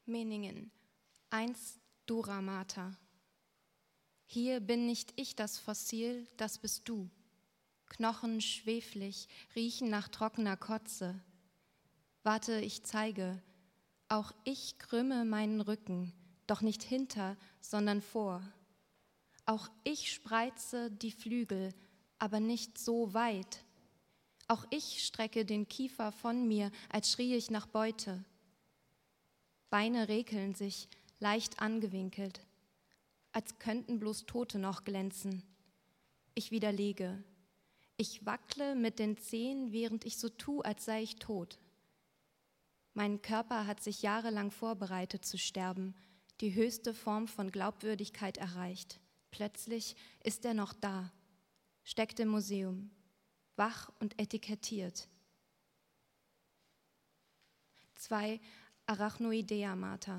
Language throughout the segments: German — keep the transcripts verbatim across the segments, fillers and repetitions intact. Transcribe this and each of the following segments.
Meningen eins Dura Mater. Hier bin nicht ich das Fossil, das bist du. Knochen schweflig, riechen nach trockener Kotze. Warte, ich zeige, auch ich krümme meinen Rücken, doch nicht hinter, sondern vor. Auch ich spreize die Flügel, aber nicht so weit. Auch ich strecke den Kiefer von mir, als schrie ich nach Beute. Beine rekeln sich, leicht angewinkelt, als könnten bloß Tote noch glänzen. Ich widerlege. Ich wackle mit den Zehen, während ich so tue, als sei ich tot. Mein Körper hat sich jahrelang vorbereitet zu sterben, die höchste Form von Glaubwürdigkeit erreicht. Plötzlich ist er noch da, steckt im Museum, wach und etikettiert. Zwei Arachnoidea Mater.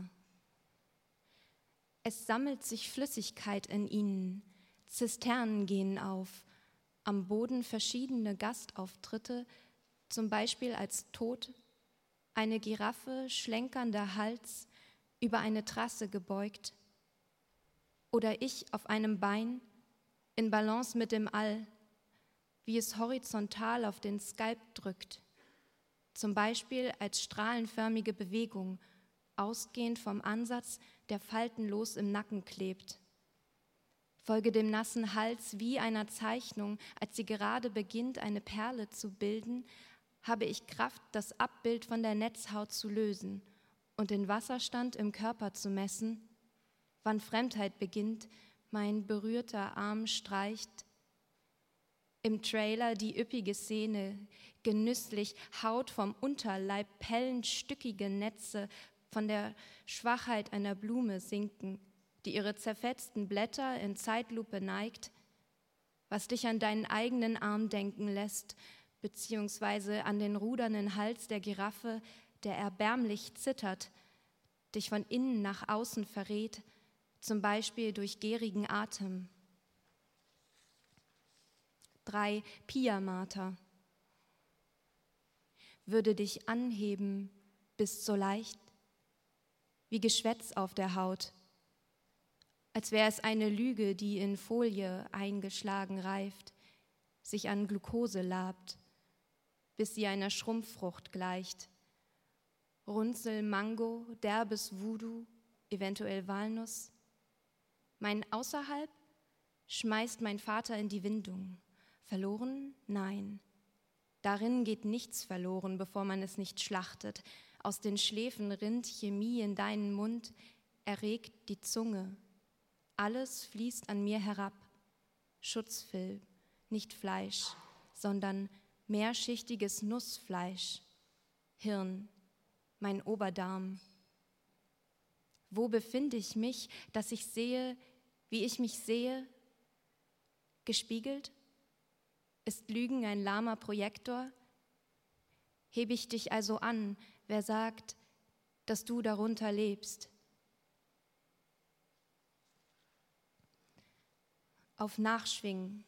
Es sammelt sich Flüssigkeit in ihnen, Zisternen gehen auf, am Boden verschiedene Gastauftritte, zum Beispiel als Tod, eine Giraffe, schlenkernder Hals, über eine Trasse gebeugt, oder ich auf einem Bein, in Balance mit dem All, wie es horizontal auf den Skalp drückt, zum Beispiel als strahlenförmige Bewegung, ausgehend vom Ansatz, der faltenlos im Nacken klebt. Folge dem nassen Hals wie einer Zeichnung, als sie gerade beginnt, eine Perle zu bilden, habe ich Kraft, das Abbild von der Netzhaut zu lösen und den Wasserstand im Körper zu messen. Wann Fremdheit beginnt, mein berührter Arm streicht. Im Trailer die üppige Szene, genüsslich, Haut vom Unterleib, pellenstückige Netze von der Schwachheit einer Blume sinken, die ihre zerfetzten Blätter in Zeitlupe neigt, was dich an deinen eigenen Arm denken lässt, beziehungsweise an den rudernden Hals der Giraffe, der erbärmlich zittert, dich von innen nach außen verrät, zum Beispiel durch gierigen Atem. Drei Pia Mater. Würde dich anheben, bist so leicht, wie Geschwätz auf der Haut, als wäre es eine Lüge, die in Folie eingeschlagen reift, sich an Glucose labt, bis sie einer Schrumpffrucht gleicht. Runzel, Mango, derbes Voodoo, eventuell Walnuss. Mein Außerhalb schmeißt mein Vater in die Windung. Verloren? Nein. Darin geht nichts verloren, bevor man es nicht schlachtet. Aus den Schläfen rinnt Chemie in deinen Mund, erregt die Zunge. Alles fließt an mir herab. Schutzfilm, nicht Fleisch, sondern mehrschichtiges Nussfleisch. Hirn, mein Oberdarm. Wo befinde ich mich, dass ich sehe, wie ich mich sehe? Gespiegelt? Ist Lügen ein lahmer Projektor? Hebe ich dich also an, wer sagt, dass du darunter lebst? Auf Nachschwingen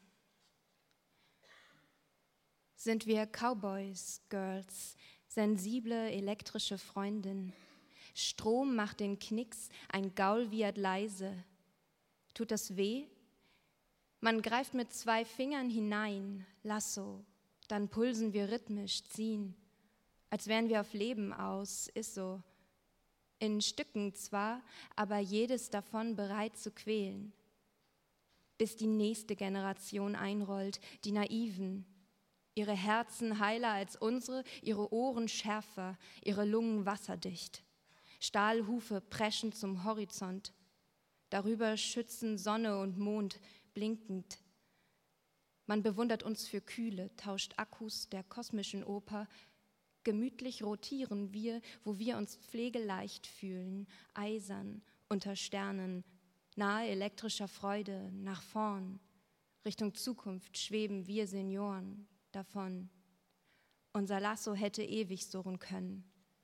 sind wir Cowboys, Girls, sensible elektrische Freundin. Strom macht den Knicks, ein Gaul wiehert leise. Tut das weh? Man greift mit zwei Fingern hinein, Lasso, dann pulsen wir rhythmisch, ziehen, als wären wir auf Leben aus, ist so. In Stücken zwar, aber jedes davon bereit zu quälen. Bis die nächste Generation einrollt, die Naiven, ihre Herzen heiler als unsere, ihre Ohren schärfer, ihre Lungen wasserdicht. Stahlhufe preschen zum Horizont, darüber schützen Sonne und Mond blinkend. Man bewundert uns für Kühle, tauscht Akkus der kosmischen Oper. Gemütlich rotieren wir, wo wir uns pflegeleicht fühlen, eisern, unter Sternen, nahe elektrischer Freude, nach vorn. Richtung Zukunft schweben wir Senioren davon. Unser Lasso hätte ewig surren können.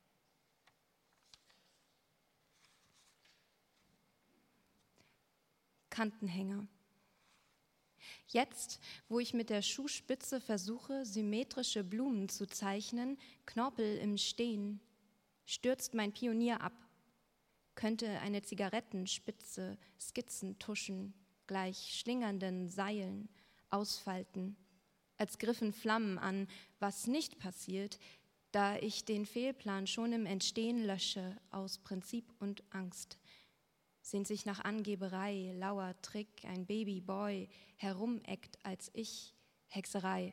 Kantenhänger. Jetzt, wo ich mit der Schuhspitze versuche, symmetrische Blumen zu zeichnen, Knorpel im Stehen, stürzt mein Pionier ab. könnte eine Zigarettenspitze Skizzen tuschen, gleich schlingernden Seilen ausfalten, als griffen Flammen an, was nicht passiert, da ich den Fehlplan schon im Entstehen lösche aus Prinzip und Angst. Sehnt sich nach Angeberei, lauer Trick, ein Babyboy herumeckt als ich, Hexerei.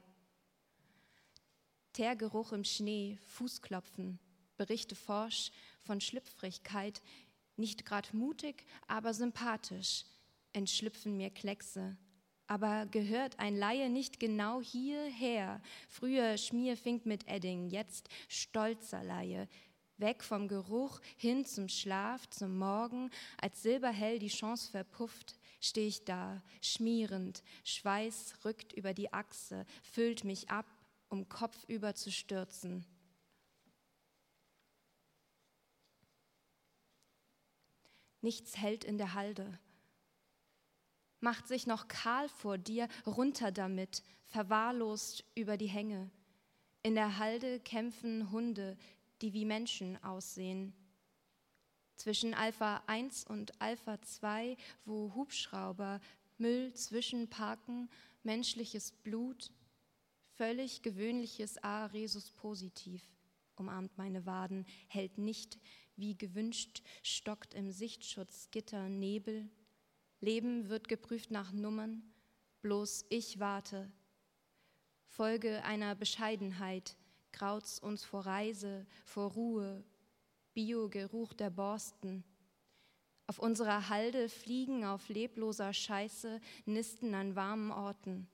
Teergeruch im Schnee, Fußklopfen, Berichte forsch von Schlüpfrigkeit, nicht grad mutig, aber sympathisch, entschlüpfen mir Kleckse. Aber gehört ein Laie nicht genau hierher? Früher Schmierfink mit Edding, jetzt stolzer Laie. Weg vom Geruch, hin zum Schlaf, zum Morgen, als silberhell die Chance verpufft, steh ich da, schmierend, Schweiß rückt über die Achse, füllt mich ab, um kopfüber zu stürzen. Nichts hält in der Halde, macht sich noch kahl vor dir, runter damit, verwahrlost über die Hänge. In der Halde kämpfen Hunde, die wie Menschen aussehen. Zwischen Alpha eins und Alpha zwei, wo Hubschrauber, Müll zwischenparken, menschliches Blut, völlig gewöhnliches A Resus positiv, umarmt meine Waden, hält nicht, wie gewünscht, stockt im Sichtschutzgitter Nebel. Leben wird geprüft nach Nummern, bloß ich warte. Folge einer Bescheidenheit, graut's uns vor Reise, vor Ruhe, Biogeruch der Borsten. Auf unserer Halde fliegen auf lebloser Scheiße Nisten an warmen Orten.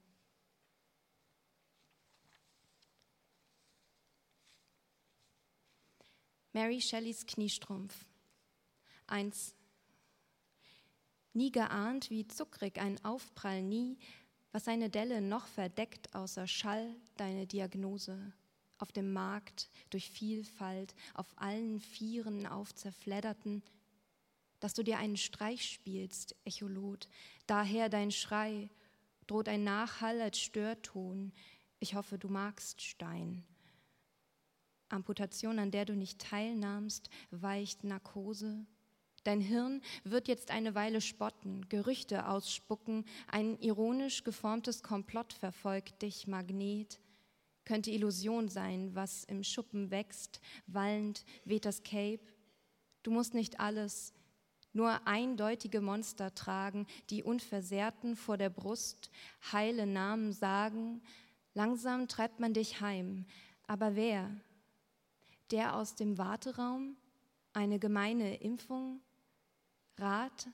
Mary Shelleys Kniestrumpf. Eins. Nie geahnt, wie zuckrig ein Aufprall, nie, was seine Delle noch verdeckt, außer Schall, deine Diagnose. Auf dem Markt, durch Vielfalt, auf allen Vieren aufzerfledderten, dass du dir einen Streich spielst, Echolot, daher dein Schrei, droht ein Nachhall als Störton, ich hoffe, du magst Stein. Amputation, an der du nicht teilnahmst, weicht Narkose. Dein Hirn wird jetzt eine Weile spotten, Gerüchte ausspucken, ein ironisch geformtes Komplott verfolgt dich, Magnet. Könnte Illusion sein, was im Schuppen wächst, wallend weht das Cape. Du musst nicht alles, nur eindeutige Monster tragen, die Unversehrten vor der Brust heile Namen sagen. Langsam treibt man dich heim, aber wer? Der aus dem Warteraum? Eine gemeine Impfung? Rat?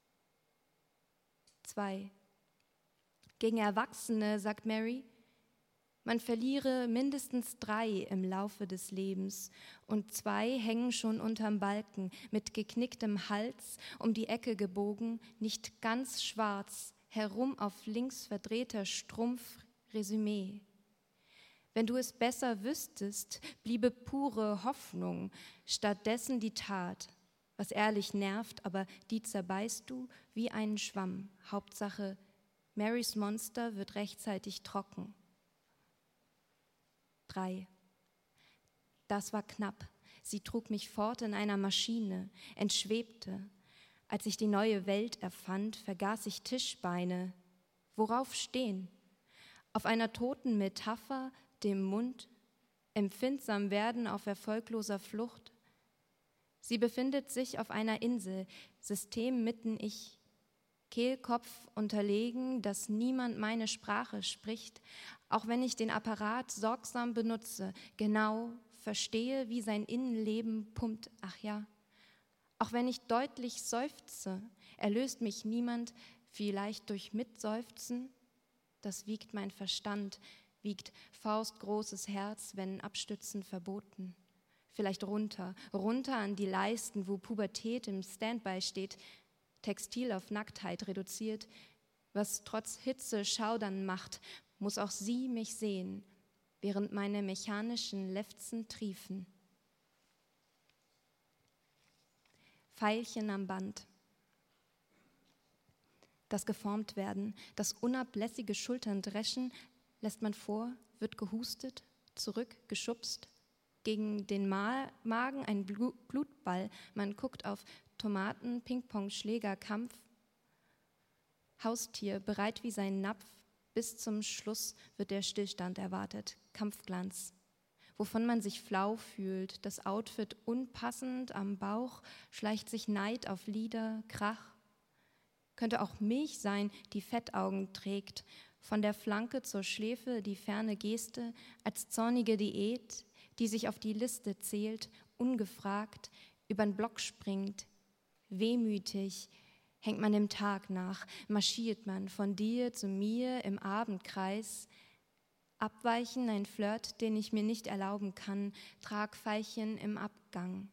Zwei. Gegen Erwachsene, sagt Mary, man verliere mindestens drei im Laufe des Lebens und zwei hängen schon unterm Balken, mit geknicktem Hals, um die Ecke gebogen, nicht ganz schwarz, herum auf links verdrehter Strumpf, Resümee. Wenn du es besser wüsstest, bliebe pure Hoffnung, stattdessen die Tat, was ehrlich nervt, aber die zerbeißt du wie einen Schwamm. Hauptsache, Marys Monster wird rechtzeitig trocken. Drei. Das war knapp. Sie trug mich fort in einer Maschine, entschwebte. Als ich die neue Welt erfand, vergaß ich Tischbeine. Worauf stehen? Auf einer toten Metapher, dem Mund, empfindsam werden auf erfolgloser Flucht. Sie befindet sich auf einer Insel, System mitten ich, Kehlkopf unterlegen, dass niemand meine Sprache spricht, auch wenn ich den Apparat sorgsam benutze, genau verstehe, wie sein Innenleben pumpt, ach ja. Auch wenn ich deutlich seufze, erlöst mich niemand, vielleicht durch Mitseufzen, das wiegt mein Verstand, wiegt faustgroßes Herz, wenn Abstützen verboten. Vielleicht runter, runter an die Leisten, wo Pubertät im Standby steht, Textil auf Nacktheit reduziert, was trotz Hitze Schaudern macht, muss auch sie mich sehen, während meine mechanischen Lefzen triefen. Veilchen am Band. Das geformt werden, das unablässige Schultern dreschen, lässt man vor, wird gehustet, zurück geschubst, gegen den Ma- Magen ein Blu- Blutball. Man guckt auf Tomaten, Ping-Pong, Schläger, Kampf. Haustier, bereit wie sein Napf. Bis zum Schluss wird der Stillstand erwartet. Kampfglanz. Wovon man sich flau fühlt, das Outfit unpassend am Bauch, schleicht sich Neid auf Lider, Krach. Könnte auch Milch sein, die Fettaugen trägt, von der Flanke zur Schläfe die ferne Geste, als zornige Diät, die sich auf die Liste zählt, ungefragt, übern Block springt. Wehmütig hängt man dem Tag nach, marschiert man von dir zu mir im Abendkreis. Abweichen, ein Flirt, den ich mir nicht erlauben kann, Tragveilchen im Abgang.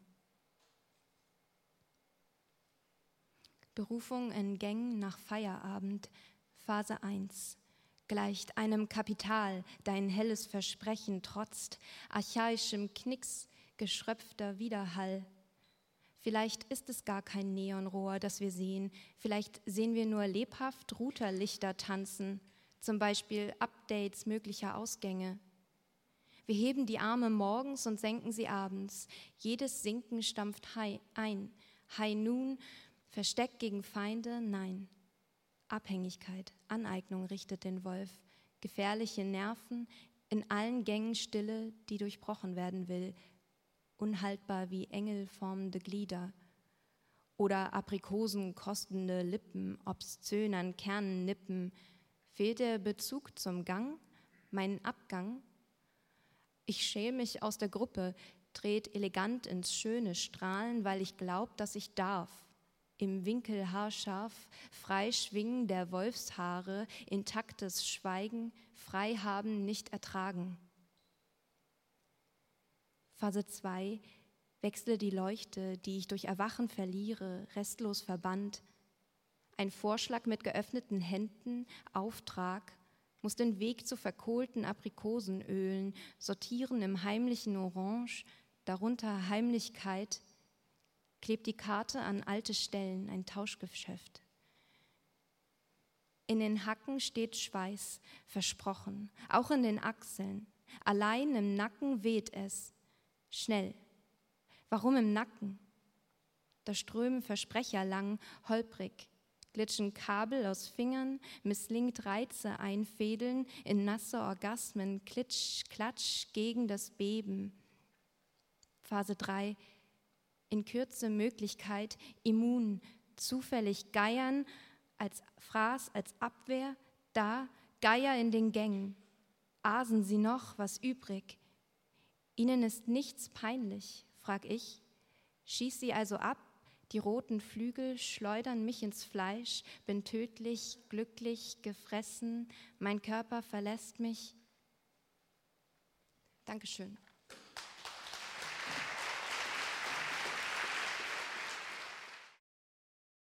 Berufung in Gängen nach Feierabend, Phase eins. Gleicht einem Kapital, dein helles Versprechen trotzt, archaischem Knicks, geschröpfter Widerhall. Vielleicht ist es gar kein Neonrohr, das wir sehen, vielleicht sehen wir nur lebhaft Routerlichter tanzen, zum Beispiel Updates möglicher Ausgänge. Wir heben die Arme morgens und senken sie abends. Jedes Sinken stampft high ein. High Noon, Versteck gegen Feinde, nein. Abhängigkeit, Aneignung richtet den Wolf. Gefährliche Nerven, in allen Gängen Stille, die durchbrochen werden will. Unhaltbar wie Engel formende Glieder. Oder Aprikosen kostende Lippen, obszön an Kernen nippen. Fehlt der Bezug zum Gang, meinen Abgang? Ich schäme mich aus der Gruppe, dreht elegant ins schöne Strahlen, weil ich glaub, dass ich darf. Im Winkel haarscharf, frei schwingen der Wolfshaare, intaktes Schweigen, frei haben, nicht ertragen. Phase zwei, wechsle die Leuchte, die ich durch Erwachen verliere, restlos verbannt. Ein Vorschlag mit geöffneten Händen, Auftrag, muss den Weg zu verkohlten Aprikosenölen, sortieren im heimlichen Orange, darunter Heimlichkeit, klebt die Karte an alte Stellen, ein Tauschgeschäft. In den Hacken steht Schweiß, versprochen, auch in den Achseln. Allein im Nacken weht es. Schnell. Warum im Nacken? Da strömen Versprecher lang, holprig, glitschen Kabel aus Fingern, misslingt Reize einfädeln, in nasse Orgasmen, klitsch, klatsch gegen das Beben. Phase drei, in Kürze Möglichkeit, immun, zufällig geiern, als Fraß, als Abwehr, da, Geier in den Gängen. Asen sie noch, was übrig? Ihnen ist nichts peinlich, frag ich. Schieß sie also ab, die roten Flügel schleudern mich ins Fleisch, bin tödlich, glücklich, gefressen, mein Körper verlässt mich. Dankeschön.